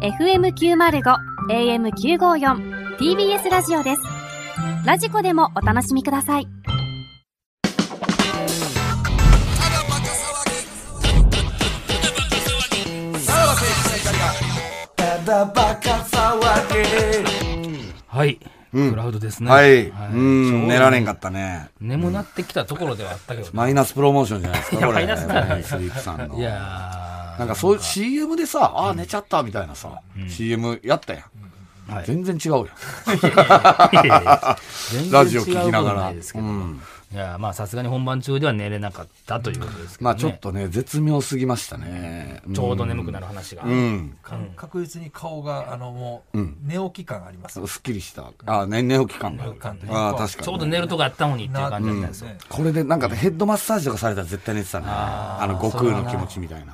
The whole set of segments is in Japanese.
FM905 AM954 TBS ラジオです。ラジコでもお楽しみください。 はい、クラウドですね。 はい、寝られんかったね。 眠なってきたところではあったけど、ね、 マイナスプロモーションじゃないですか。 いやマイナスだね。 スリープさんの。 いやなんかそういう CM でさ、あー寝ちゃったみたいなさ、CM やったやん。全然違うやん。ラジオ聞きながら。 いやまあさすがに本番中では寝れなかったということですけどね。 まあちょっとね絶妙すぎましたね。 ちょうど眠くなる話が。 確実に顔がもう寝起き感あります。 すっきりした。寝起き感が。確かに。 ちょうど寝るとこあったのにっていう感じだったんですよ。 これでなんかヘッドマッサージとかされたら絶対寝てたね。悟空の気持ちみたいな。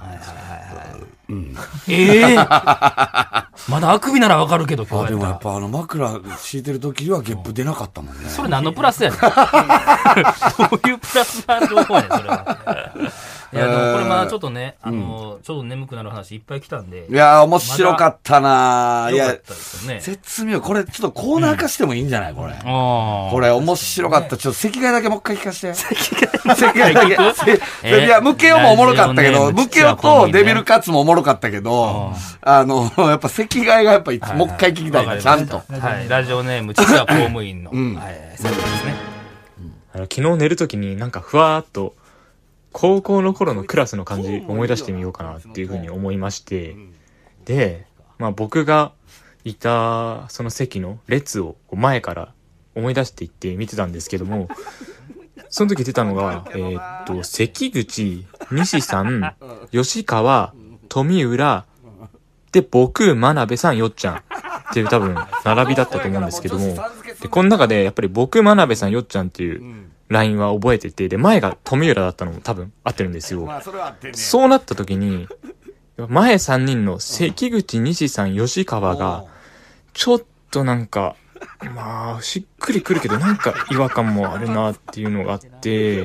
まだあくびならわかるけど今日でもやっぱ枕敷いてる時にはゲップ出なかったもんね。 それ何のプラスやねん。どういうプラスな情報やねんそれは。いやでもこれまだちょっとねちょうど眠くなる話いっぱい来たんで。 いや面白かったな。 いや絶妙。これちょっとコーナー化してもいいんじゃないこれ。これ面白かった。ちょっと席替えだけもう一回聞かせて。席替えだけ。いやムケオもおもろかったけど、ムケオとデビルカツもおもろかったけど、やっぱ席替えがやっぱもう一回聞きたいなちゃんと。 はい。ラジオネーム父は公務員の作ですね。 昨日寝るときになんかふわーっと高校の頃のクラスの感じ思い出してみようかなっていうふうに思いまして、で、まあ僕がいたその席の列を前から思い出していって見てたんですけども、その時出たのが、関口、西さん、吉川、富浦、で、僕、真鍋さん、よっちゃんっていう多分並びだったと思うんですけども、で、この中でやっぱり僕、真鍋さん、よっちゃんっていうラインは覚えてて、で、前が富浦だったのも多分合ってるんですよ。そうなった時に、前3人の関口、西さん、吉川が、ちょっとなんか、まあ、しっくりくるけど、なんか違和感もあるなっていうのがあって、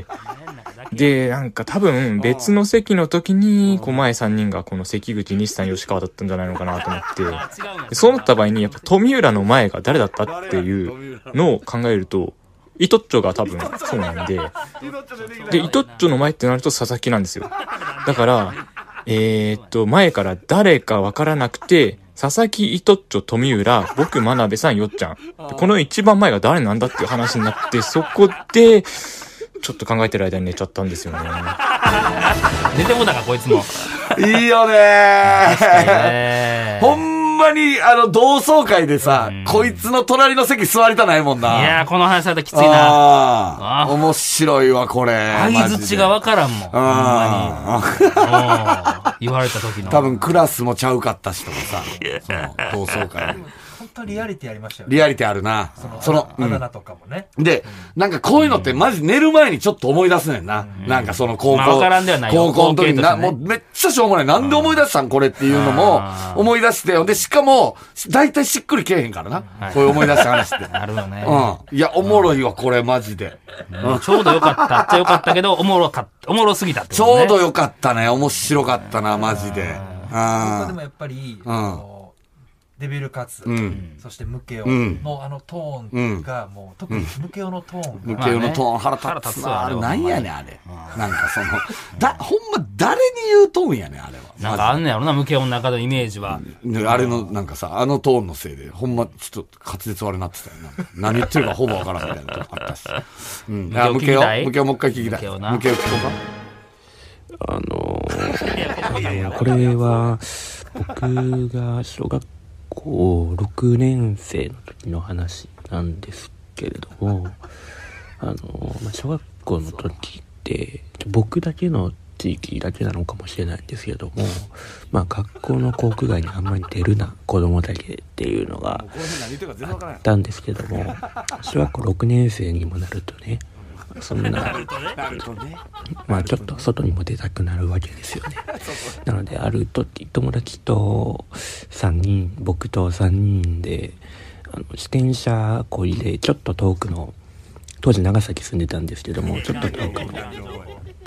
で、なんか多分別の席の時に、前3人がこの関口、西さん、吉川だったんじゃないのかなと思って、そうなった場合に、やっぱ富浦の前が誰だったっていうのを考えると、イトッチョが多分そうなんで、で、イトッチョの前ってなると佐々木なんですよ。だから、前から誰かわからなくて、佐々木、イトッチョ、富浦、僕、真鍋さん、よっちゃん。この一番前が誰なんだっていう話になって、そこで、ちょっと考えてる間に寝ちゃったんですよね。 寝てもだか、こいつも。 いいよねほんまに、同窓会でさ、こいつの隣の席座りたないもんな。 いやー、この話されたらきついな。 面白いわ、これ。 相槌がわからんもん。ほんまに。言われた時の。 多分クラスもちゃうかったしとかさ、同窓会。 本当リアリティありましたよね。 リアリティあるな。 そのあだ名とかもね。 で、なんかこういうのってマジ寝る前にちょっと思い出すねんな。なんかその高校の時にもうめっちゃしょうもない。なんで思い出したんこれっていうのも思い出して、で、しかも、だいたいしっくりけえへんからな。こういう思い出した話って。 なるよね。 いや、おもろいわ、これマジで。 ちょうどよかったっちゃよかったけど、おもろすぎたって。 ちょうどよかったね。面白かったな、マジで。 でもやっぱり、デビルカツ、そしてムケオのトーンがもう特にムケオのトーン、 ムケオのトーン腹立つわ。あれなんやねんあれ。なんかそのほんま誰に言うトーンやねんあれは。 なんかあんねやろなムケオの中のイメージは。 あれのなんかさトーンのせいでほんまちょっと滑舌悪なってたよな。何言ってるかほぼわからんみたいなとこあったし。ムケオもう一回聞きたい。ムケオ聞こうか。 これは僕が小学校6年生の時の話なんですけれども、小学校の時って僕だけの地域だけなのかもしれないんですけども、学校の校区外にあんまり出るな子供だけっていうのがあったんですけども、小学校6年生にもなるとね、そんなちょっと外にも出たくなるわけですよね。なのである時友達と僕と3人で自転車こいでちょっと遠くの、当時長崎住んでたんですけども、ちょっと遠くの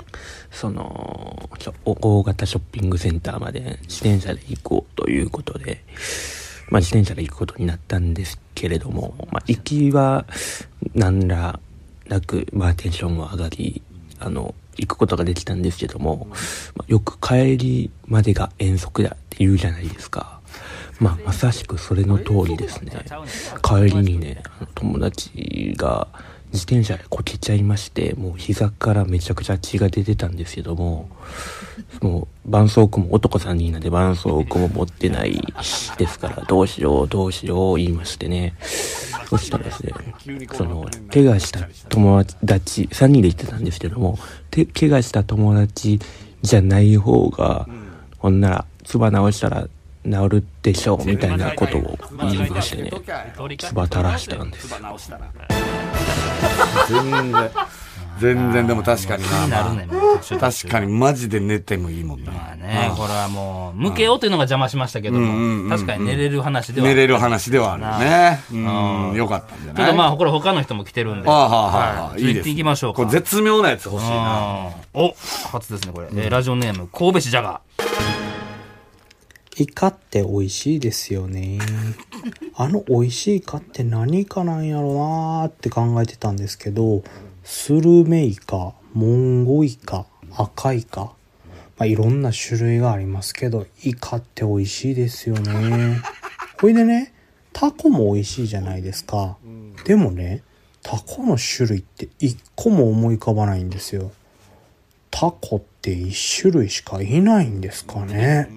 大型ショッピングセンターまで自転車で行こうということで、自転車で行くことになったんですけれども、行きは何らなく、テンションも上がり、行くことができたんですけども、よく帰りまでが遠足だって言うじゃないですか。まさしくそれの通りですね。帰りにね、友達が自転車でこけちゃいまして、もう膝からめちゃくちゃ血が出てたんですけども、もう絆創膏も男3人なんで絆創膏も持ってないですから、どうしよう言いましてね。そしたらですね、怪我した友達、3人で行ってたんですけども、怪我した友達じゃない方が、ほんなら、唾直したら治るでしょうみたいなことを言いましてね、唾垂らしたんです。 全然でも確かに確かにマジで寝てもいいもんね。 これはもう向けようというのが邪魔しましたけども、確かに寝れる話ではあるね。よかったんじゃない。 ちょっとこれ他の人も来てるんで、いいです。行きましょうか。 これ絶妙なやつ欲しいな。 初ですねこれ。ラジオネーム神戸市ジャガー。 イカって美味しいですよね。美味しいイカって何イカなんやろなーって考えてたんですけど、スルメイカ、モンゴイカ、赤イカ、いろんな種類がありますけど、イカって美味しいですよね。ほいでね、タコも美味しいじゃないですか。でもね、タコの種類って一個も思い浮かばないんですよ。タコって一種類しかいないんですかね。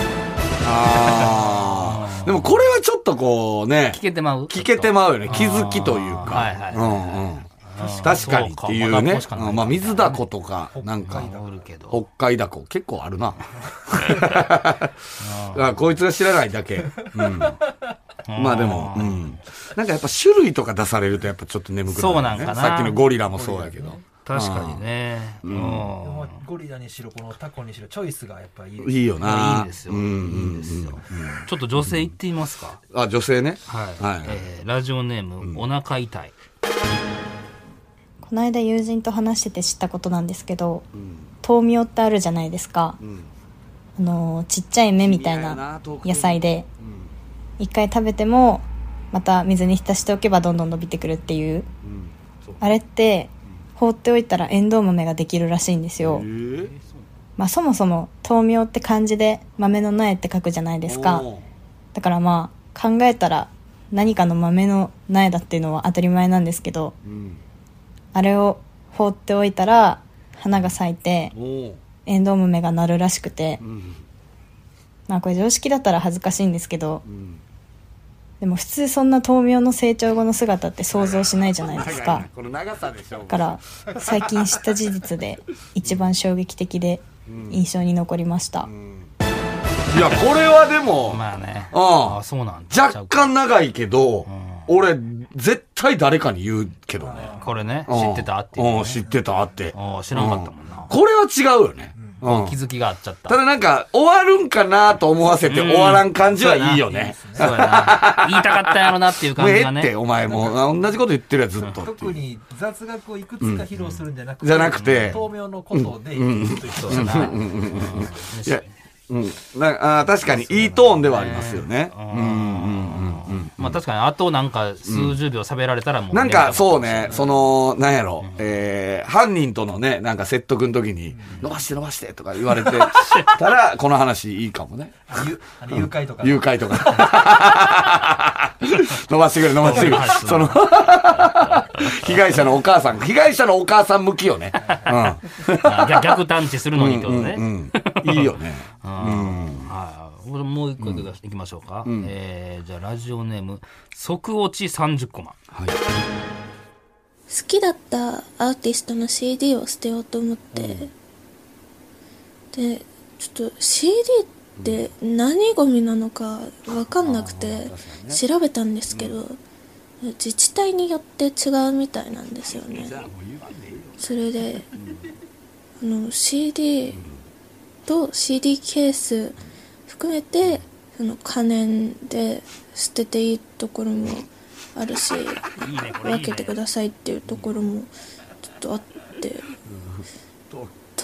でもこれはちょっとこうね、 聞けてまうよね。気づきというか。確かにっていうね。水ダコとか、なんか、北海ダコ結構あるな。こいつが知らないだけ。でも、なんかやっぱ種類とか出されるとやっぱちょっと眠くなる。 そうなんかな。 さっきのゴリラもそうだけど。 確かにね。 ゴリラにしろこのタコにしろチョイスがやっぱいい。 いいよな。 いいんですよ。ちょっと女性行ってみますか。 女性ね。 ラジオネームお腹痛い。 この間友人と話してて知ったことなんですけど、豆苗ってあるじゃないですか。ちっちゃい芽みたいな野菜で、一回食べてもまた水に浸しておけばどんどん伸びてくるっていう、あれって放っておいたらエンドウ豆ができるらしいんですよ。そもそも豆苗って漢字で豆の苗って書くじゃないですか。だから考えたら何かの豆の苗だっていうのは当たり前なんですけど、あれを放っておいたら花が咲いてエンドウ豆がなるらしくて、これ常識だったら恥ずかしいんですけど、でも普通そんな豆苗の成長後の姿って想像しないじゃないですか。だから最近知った事実で一番衝撃的で印象に残りました。 いやこれはでもそうなん若干長いけど、俺絶対誰かに言うけどね。 これね、知ってたっていう。 知ってたって。 知らなかったもんな。 これは違うよね。 気づきがあっちゃった。 ただなんか、終わるんかなと思わせて終わらん感じはいいよね。 そうやな。言いたかったやろなっていう感じがね。 って、お前も同じこと言ってるやずっと。 特に雑学をいくつか披露するんじゃなくて、 豆苗のことで言うということだな。確かにいいトーンではありますよね。 確かにあとなんか数十秒喋られたらもうなんかそうね、なんやろ、犯人とのね、なんか説得の時に伸ばしてとか言われてたらこの話いいかもね。 誘拐とか伸ばしてくれ被害者のお母さん向きよね。 逆探知するのにってことね。 いいよね。 もう一個いきましょうか。じゃあラジオネーム即落ち30コマ。 好きだったアーティストの CD を捨てようと思って、でちょっと CD って何ゴミなのか分かんなくて調べたんですけど、自治体によって違うみたいなんですよね。それでCD と CD ケース含めて可燃で捨てていいところもあるし、分けてくださいっていうところもちょっとあって、ど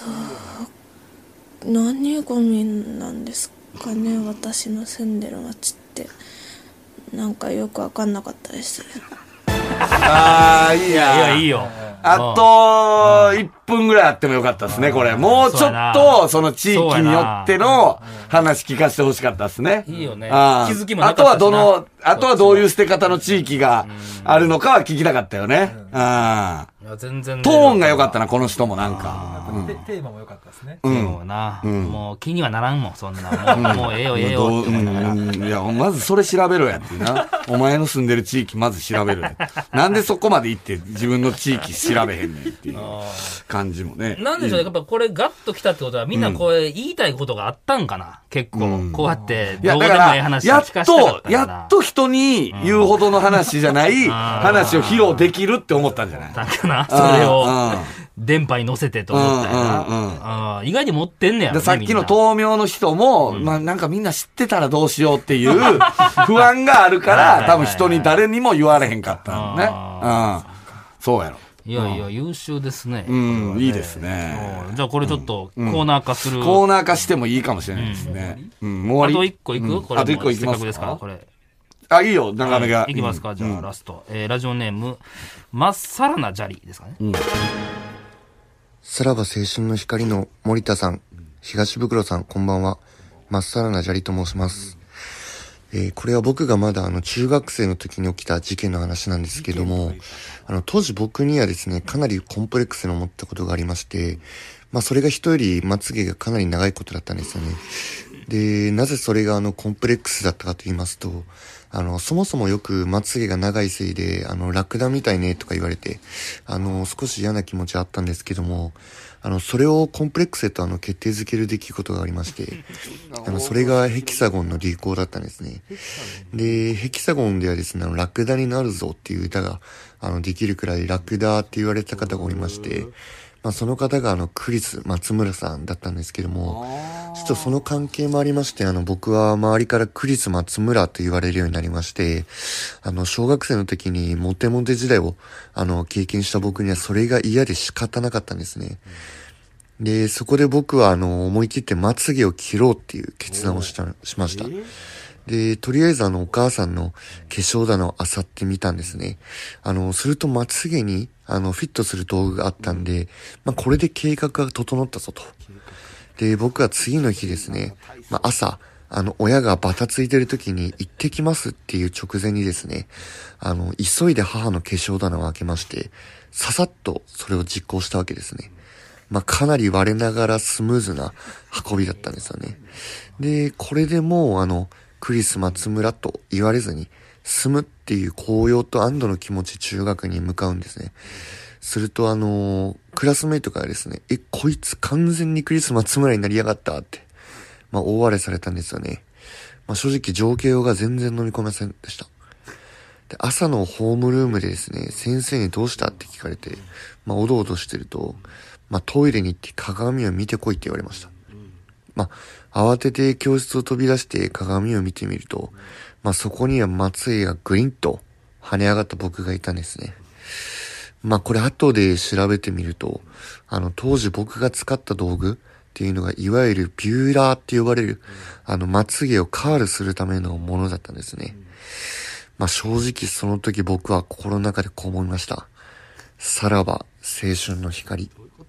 何ゴミなんですかね、私の住んでる町って。なんかよくわかんなかったです。 ああ、いいや。 いいよ。 あと、1分ぐらいあってもよかったですね、これ。もうちょっと、その地域によっての話聞かせてほしかったですね。 いいよね。気づきもなかったしな。 あとはどういう捨て方の地域があるのかは聞きたかったよね。 全然トーンが良かったな、この人もなんか。 テーマも良かったですね。 そうな。もう気にはならんもん、そんな。もうええよ、ええよって思いながら。 いや、まずそれ調べろやってな。お前の住んでる地域まず調べろや。なんでそこまで行って自分の地域調べへんねんっていう感じもね。 なんでしょうね、やっぱこれガッと来たってことはみんなこれ言いたいことがあったんかな、結構。こうやってどうでもいい話聞かせたかったやっと人に言うほどの話じゃない話を披露できるって思ったんじゃないだかな、それを電波に乗せてと思ったよな。意外に持ってんねやろね。 さっきの豆苗の人も、まあなんかみんな知ってたらどうしようっていう不安があるから、多分人に誰にも言われへんかったのね。そうやろ。 いやいや、優秀ですね。 いいですね。 じゃあこれちょっとコーナー化する。 コーナー化してもいいかもしれないですね。もう終わり。 あと1個いくこれ。 あと1個いきますか。 せっかくですから、これ。 あ、いいよ、長めが。 いきますか、じゃあラスト。ラジオネーム、まっさらな砂利ですかね。 さらば青春の光の森田さん、東袋さん、こんばんは。まっさらな砂利と申します。これは僕がまだ中学生の時に起きた事件の話なんですけども、当時僕にはですね、かなりコンプレックスに思ったことがありまして、まあそれが人よりまつげがかなり長いことだったんですよね。で、なぜそれがコンプレックスだったかと言いますと、そもそもよくまつげが長いせいで、ラクダみたいねとか言われて、少し嫌な気持ちはあったんですけども、それをコンプレックスへと決定づける出来事がありまして、それがヘキサゴンの流行だったんですね。で、ヘキサゴンではですね、ラクダになるぞっていう歌が、できるくらいラクダって言われた方がおりまして、まあ、その方がクリス松村さんだったんですけども、ちょっとその関係もありまして、僕は周りからクリス松村と言われるようになりまして、小学生の時にモテモテ時代を、経験した僕にはそれが嫌で仕方なかったんですね。で、そこで僕は思い切ってまつげを切ろうっていう決断をしました。で、とりあえずお母さんの化粧棚を漁ってみたんですね。するとまつげにフィットする道具があったんで、まあこれで計画が整ったぞと。で、僕は次の日ですね、まあ朝、親がバタついてる時に行ってきますっていう直前にですね、急いで母の化粧棚を開けまして、ささっとそれを実行したわけですね。まあかなり割れながらスムーズな運びだったんですよね。で、これでもうクリス松村と言われずに済むっていう高揚と安堵の気持ち中学に向かうんですね。するとクラスメイトからですね、こいつ完全にクリス松村になりやがったって、まあ大笑いされたんですよね。まあ正直情景が全然飲み込めませんでした。で、朝のホームルームでですね、先生にどうしたって聞かれて、まあおどおどしてると、まあトイレに行って鏡を見てこいって言われました。まあ、慌てて教室を飛び出して鏡を見てみると、まあそこにはまつげがグリンと跳ね上がった僕がいたんですね。まあこれ後で調べてみると、当時僕が使った道具っていうのがいわゆるビューラーって呼ばれる、まつげをカールするためのものだったんですね。まあ正直その時僕は心の中でこう思いました。さらば青春の光。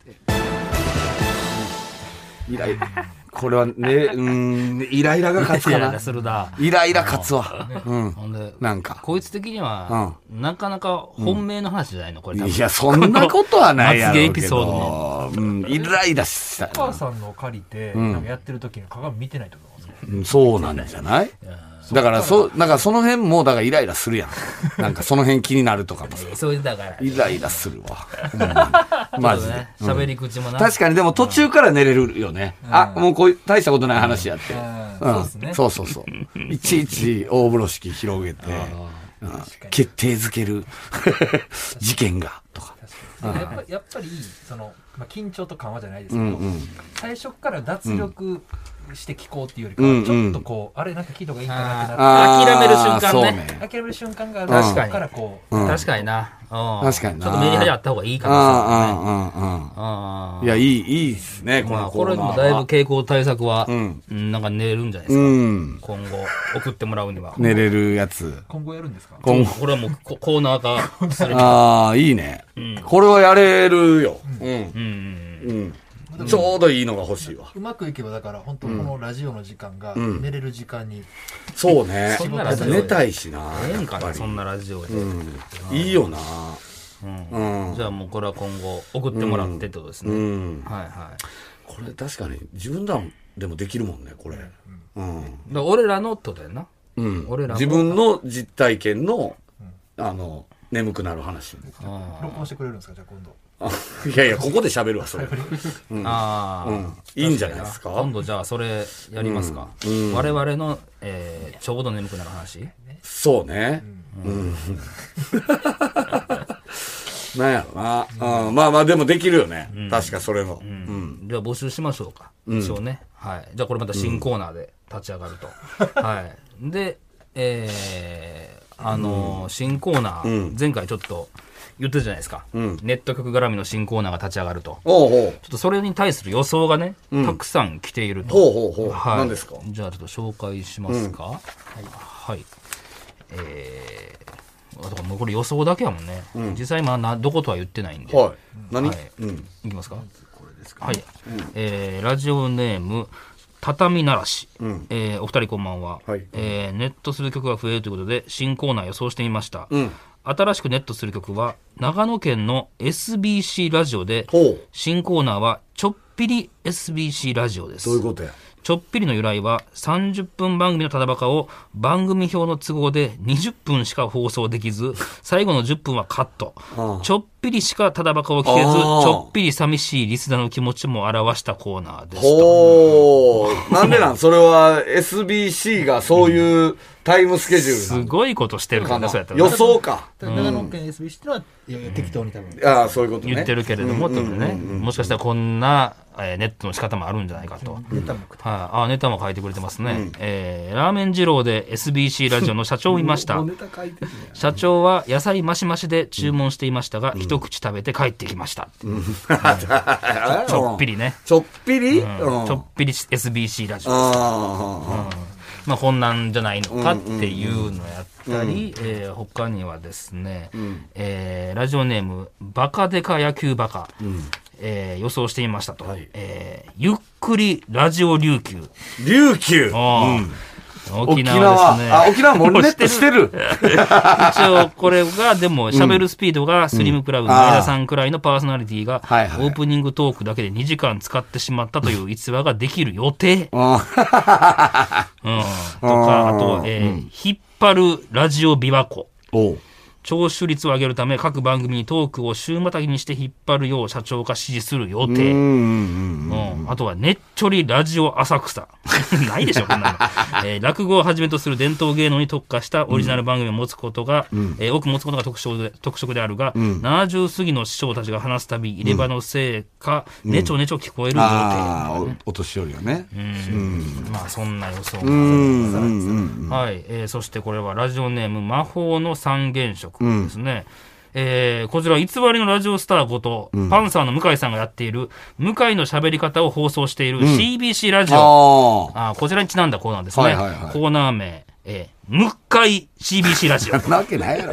これはね、イライラが勝つかな。 イライラするな。 イライラ勝つわ。なんか。 こいつ的には、なかなか本命の話じゃないのこれ多分。 いや、そんなことはないやろうけど。 まつげエピソードの。イライラした。 お母さんの借りて、なんかやってる時に鏡見てないってことなんですか？そうなんじゃない？だからその辺も、だからイライラするやん。なんかその辺気になるとかもさ。 そういうだから。 イライラするわ。マジで。 喋り口もな。 確かにでも途中から寝れるよね。もうこういう大したことない話やって。 そうですね。 そう。いちいち大風呂敷広げて、決定づける事件が、とか。 やっぱり、緊張と緩和じゃないですけど、最初から脱力して聞こうっていうよりかは、ちょっとこう、あれなんか聞いた方がいいかなってなって。諦める瞬間ね。 諦める瞬間があるからこう。確かにな。 確かにな。 ちょっとメリハリあった方がいいかもしれない。いや、いいですね、 このコーナー。これもだいぶ傾向対策は、なんか寝れるんじゃないですか。今後、送ってもらうには。 寝れるやつ。 今後やるんですか？ これはもうコーナー化する。 いいね。これはやれるよ。ちょうどいいのが欲しいわ。 うまくいけばだから本当このラジオの時間が寝れる時間に。 そうね。寝たいしな。 ええんかな、そんなラジオで。 いいよな。 じゃあもうこれは今後送ってもらってってことですね。はいはい。 これ確かに自分らでもできるもんね、これ。 俺らのってことやな。 自分の実体験の、眠くなる話。 録音してくれるんですか、じゃあ今度。 いやいや、ここで喋るわ、それ。いいんじゃないですか。 今度じゃあそれやりますか。我々の、ちょうど眠くなる話。 そうね。なんやろな。まあまあでもできるよね。確かそれの。 じゃあ募集しましょうか。一応ね。はい。じゃあこれまた新コーナーで立ち上がると。はい。で、新コーナー、前回ちょっと言ってたじゃないですか。ネット局絡みの新コーナーが立ち上がると。ちょっとそれに対する予想がね、たくさん来ていると。 何ですか？ じゃあちょっと紹介しますか。はい。もうこれ予想だけやもんね。実際どことは言ってないんで。 何？ いきますか。はい。ラジオネーム、畳ならし。お二人こんばんは。ネットする曲が増えるということで、新コーナー予想してみました。新しくネットする曲は、長野県の SBC ラジオで、新コーナーは、ちょっぴり SBC ラジオです。 どういうことや？ ちょっぴりの由来は30分番組のただバカを番組表の都合で20分しか放送できず、最後の10分はカット。ちょっぴりしかただバカを聞けず、ちょっぴり寂しいリスナーの気持ちも表したコーナーですと。 なんでなんそれは SBC がそういうタイムスケジュールすごいことしてるからね、そうやったら。 予想か。 長野県 SBC ってのは適当に多分。 そういうことね。 言ってるけれども、もしかしたらこんなネットの仕方もあるんじゃないかと。ネタも書いてくれてますね。ラーメン二郎で SBC ラジオの社長を見ました。社長は野菜マシマシで注文していましたが、一口食べて帰ってきました。ちょっぴりね。 ちょっぴり？ ちょっぴり SBC ラジオです。まあこんなんじゃないのかっていうのやったり、他にはですね、ラジオネームバカデカ野球バカ。予想してみましたと、ゆっくりラジオ琉球。 琉球、 沖縄ですね。 沖縄もネットしてる。 一応これがでも喋るスピードがスリムクラブの前田さんくらいのパーソナリティがオープニングトークだけで2時間使ってしまったという逸話ができる予定。とかあと、引っ張るラジオ琵琶湖。聴取率を上げるため各番組にトークを週またぎにして引っ張るよう社長が指示する予定。あとはねっちょりラジオ浅草。ないでしょ、こんなの。落語をはじめとする伝統芸能に特化したオリジナル番組を持つことが、多く持つことが特色であるが、70過ぎの師匠たちが話すたび入れ歯のせいか、ねちょねちょ聞こえる予定。 お年寄りよね。 まあそんな予想がはい。そしてこれはラジオネーム魔法の三原色ですね。こちら偽りのラジオスターこと、パンサーの向井さんがやっている向井の喋り方を放送している CBC ラジオ、こちらにちなんだコーナーですね。コーナー名、向井 CBC ラジオ。 なわけないやろ。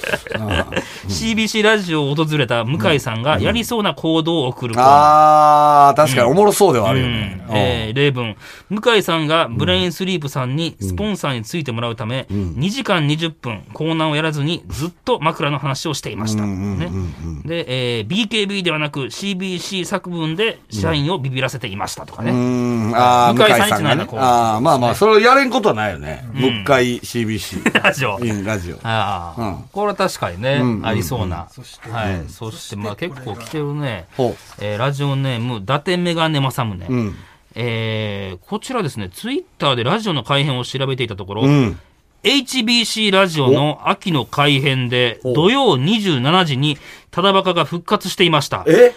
CBC ラジオを訪れた向井さんがやりそうな行動を送るコーナー。確かにおもろそうではあるよね。 例文。向井さんがブレインスリープさんにスポンサーについてもらうため、2時間20分コーナーをやらずにずっと枕の話をしていました。で、BKB ではなく CBC 作文で社員をビビらせていましたとかね。向井さんにつないだコーナー。 まあまあ、それをやれんことはないよね。向井 CBC。 ラジオ。 ラジオ。 これは確かにね、ありそうな。そしてまあ結構来てるね。ラジオネーム、伊達メガネ正宗。こちらですね、ツイッターでラジオの改編を調べていたところ、HBC ラジオの秋の改編で土曜27時にただバカが復活していました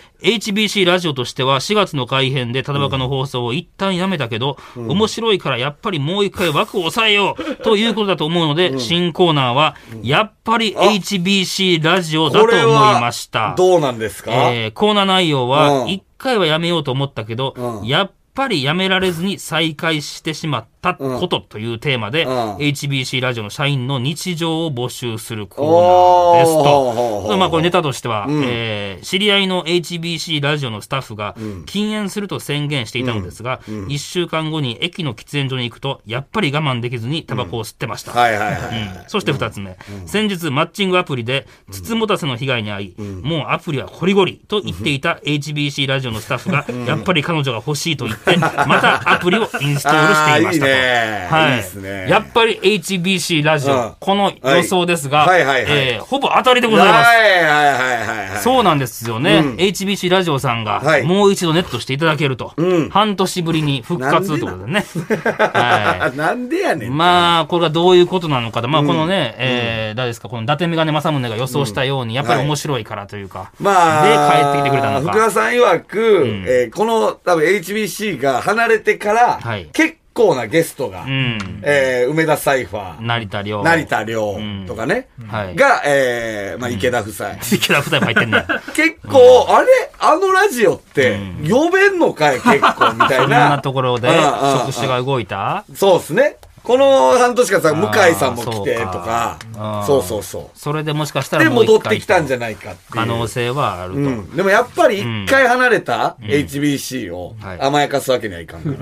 。HBC ラジオとしては4月の改編でただバカの放送を一旦やめたけど、面白いからやっぱりもう一回枠を抑えようということだと思うので、新コーナーはやっぱり HBC ラジオだと思いました。 どうなんですか？ コーナー内容は一回はやめようと思ったけど、やっぱりやめられずに再開してしまったことというテーマで、HBC ラジオの社員の日常を募集するコーナーですと。まあこれネタとしては、知り合いの HBC ラジオのスタッフが禁煙すると宣言していたのですが、1週間後に駅の喫煙所に行くとやっぱり我慢できずにタバコを吸ってました。そして2つ目、先日マッチングアプリで筒持たせの被害に遭い、もうアプリはゴリゴリと言っていた HBC ラジオのスタッフがやっぱり彼女が欲しいと言ってまたアプリをインストールしていましたと。はい、やっぱり HBC ラジオ、この予想ですが、ほぼ当たりでございます。そうなんですよね。HBC ラジオさんがもう一度ネットしていただけると、半年ぶりに復活ということでね。 なんでやねん。 まあこれがどういうことなのか、まあこのね、誰ですか、この伊達メガネ正宗が予想したようにやっぱり面白いからというか、で帰ってきてくれたのか。 福田さん曰く、この多分 HBC が離れてから結構なゲストが、梅田サイファー、 成田凌とかね、が、まあ池田夫妻も入ってんね。 結構、あのラジオって呼べんのかい結構みたいな。 そんなところで職種が動いた。 そうですね。この半年間さ、向井さんも来てとか、そう。 それでもしかしたらで戻ってきたんじゃないかっていう可能性はあると。 でもやっぱり一回離れた HBC を甘やかすわけにはいかんから。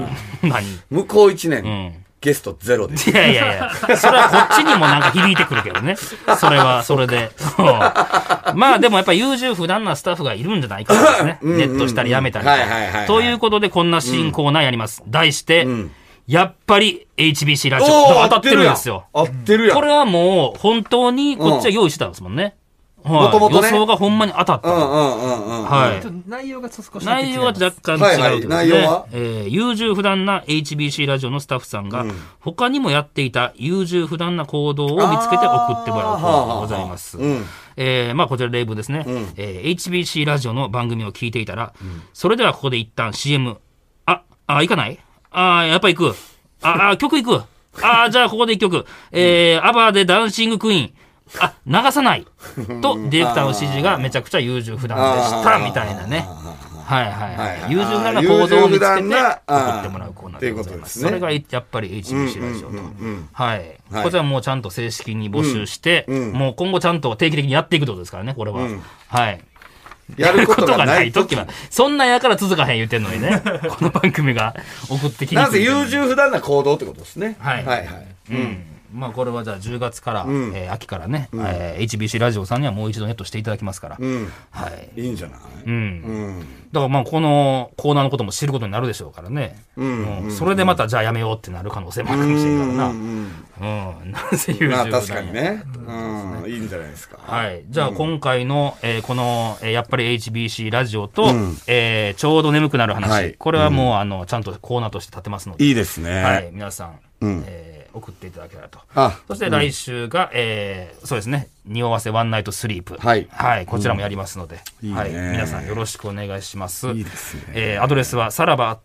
向こう1年、ゲストゼロです。 いや、それはこっちにもなんか響いてくるけどね。それは、それで。まあでもやっぱ優柔不断なスタッフがいるんじゃないかですね。ネットしたりやめたりと。ということでこんな新コーナーやります。題して、やっぱり HBC ラジオ当たってるんですよ。 当ってるやん。 これはもう本当にこっちは用意してたんですもんね。もともとね。予想がほんまに当たった。はい。 内容が少し内容は若干違うと内容は優柔不断な HBC ラジオのスタッフさんが他にもやっていた優柔不断な行動を見つけて送ってもらうコーナーがございます。まあこちら例文ですね。HBC ラジオの番組を聞いていたら、それではここで一旦 CM。行かない？やっぱ行く。曲行く。じゃあここで一曲。アバーでダンシングクイーン。流さない。と、ディレクターの指示がめちゃくちゃ優柔不断でした。みたいなね。優柔不断な行動を見つけて送ってもらうコーナーでございます。それがやっぱり HBC ラジオと。こちらもうちゃんと正式に募集して、もう今後ちゃんと定期的にやっていくってことですからね、これは。やることがないときは、そんなやから続かへん言ってんのにね、この番組が送ってきて。 なぜ優柔不断な行動ってことですね。 まあこれはじゃあ10月から、秋からね、HBC ラジオさんにはもう一度ネットしていただきますから。 いいんじゃない？ だからまあこのコーナーのことも知ることになるでしょうからね。それでまたじゃあやめようってなる可能性もあるかもしれないからな。なぜ優柔不断。 確かにね。いいんじゃないですか。 じゃあ今回の、この、やっぱり HBC ラジオと、ちょうど眠くなる話。これはもうちゃんとコーナーとして立てますので。 いいですね。 皆さん、送っていただけたらと。そして来週が、そうですね、匂わせワンナイトスリープ。こちらもやりますので、皆さんよろしくお願いします。アドレスはさらば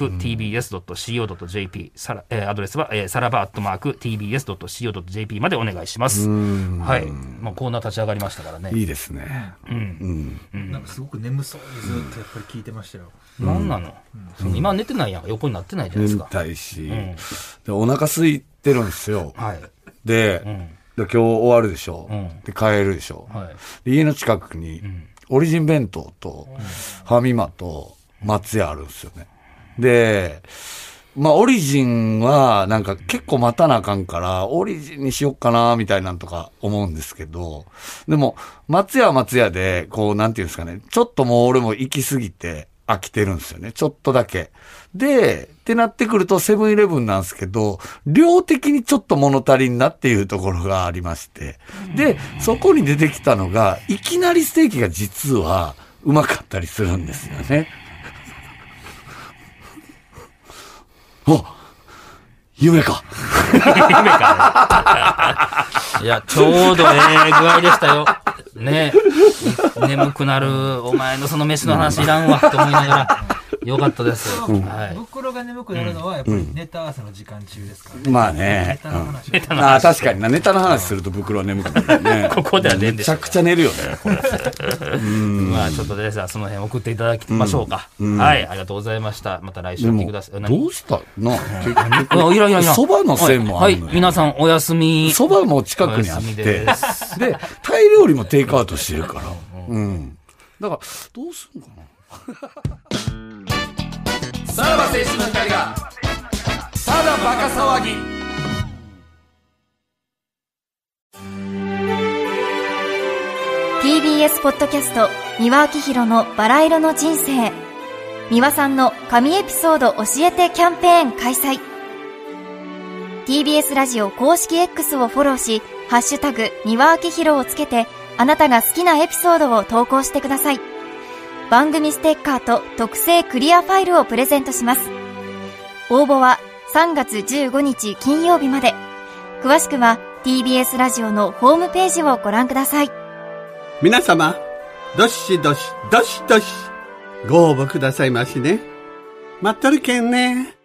@tbs.co.jp。アドレスは、さらば@tbs.co.jp までお願いします。まあコーナー立ち上がりましたからね。 いいですね。 なんかすごく眠そうにずっとやっぱり聞いてましたよ。 なんなの？今寝てないやん。横になってないじゃないですか。 寝たいし、お腹空いてるんですよ。で、今日終わるでしょ。で、帰るでしょ。で、家の近くに、オリジン弁当と、ファミマと、松屋あるんですよね。で、まあ、オリジンは、なんか結構待たなあかんから、オリジンにしよっかな、みたいなんとか思うんですけど、でも、松屋は松屋で、こう、なんていうんですかね、ちょっともう俺も行き過ぎて、飽きてるんですよね。ちょっとだけ。で、ってなってくるとセブンイレブンなんですけど、量的にちょっと物足りんなっていうところがありまして。で、そこに出てきたのが、いきなりステーキが実はうまかったりするんですよね。夢か。 夢か、ね。いや、ちょうど具合でしたよ。 ね眠くなる、お前のその飯の話いらんわ、と思いながら。よかったです。 袋が眠くなるのはやっぱりネタ合わせの時間中ですからね。 まあね。 ネタの話。 確かにな。ネタの話すると袋は眠くなるね。 ここでは寝んでしょ。 めちゃくちゃ寝るよね、これ。 まあちょっとですが、その辺送っていただきましょうか。はい、ありがとうございました。また来週来てください。 どうしたな。 いらん。 そばの線もあるのよ。 はい、皆さんお休み。 そばも近くにあって。で、タイ料理もテイクアウトしてるから。だから、どうするのかな。さらば青春の光がただバカ騒ぎ。 TBS ポッドキャスト三輪明宏のバラ色の人生。三輪さんの神エピソード教えてキャンペーン開催。 TBS ラジオ公式 X をフォローし、ハッシュタグ三輪明宏をつけて、あなたが好きなエピソードを投稿してください。番組ステッカーと特製クリアファイルをプレゼントします。応募は3月15日金曜日まで。詳しくは TBS ラジオのホームページをご覧ください。 皆様、どしどしどしどしご応募くださいましね。待っとるけんね。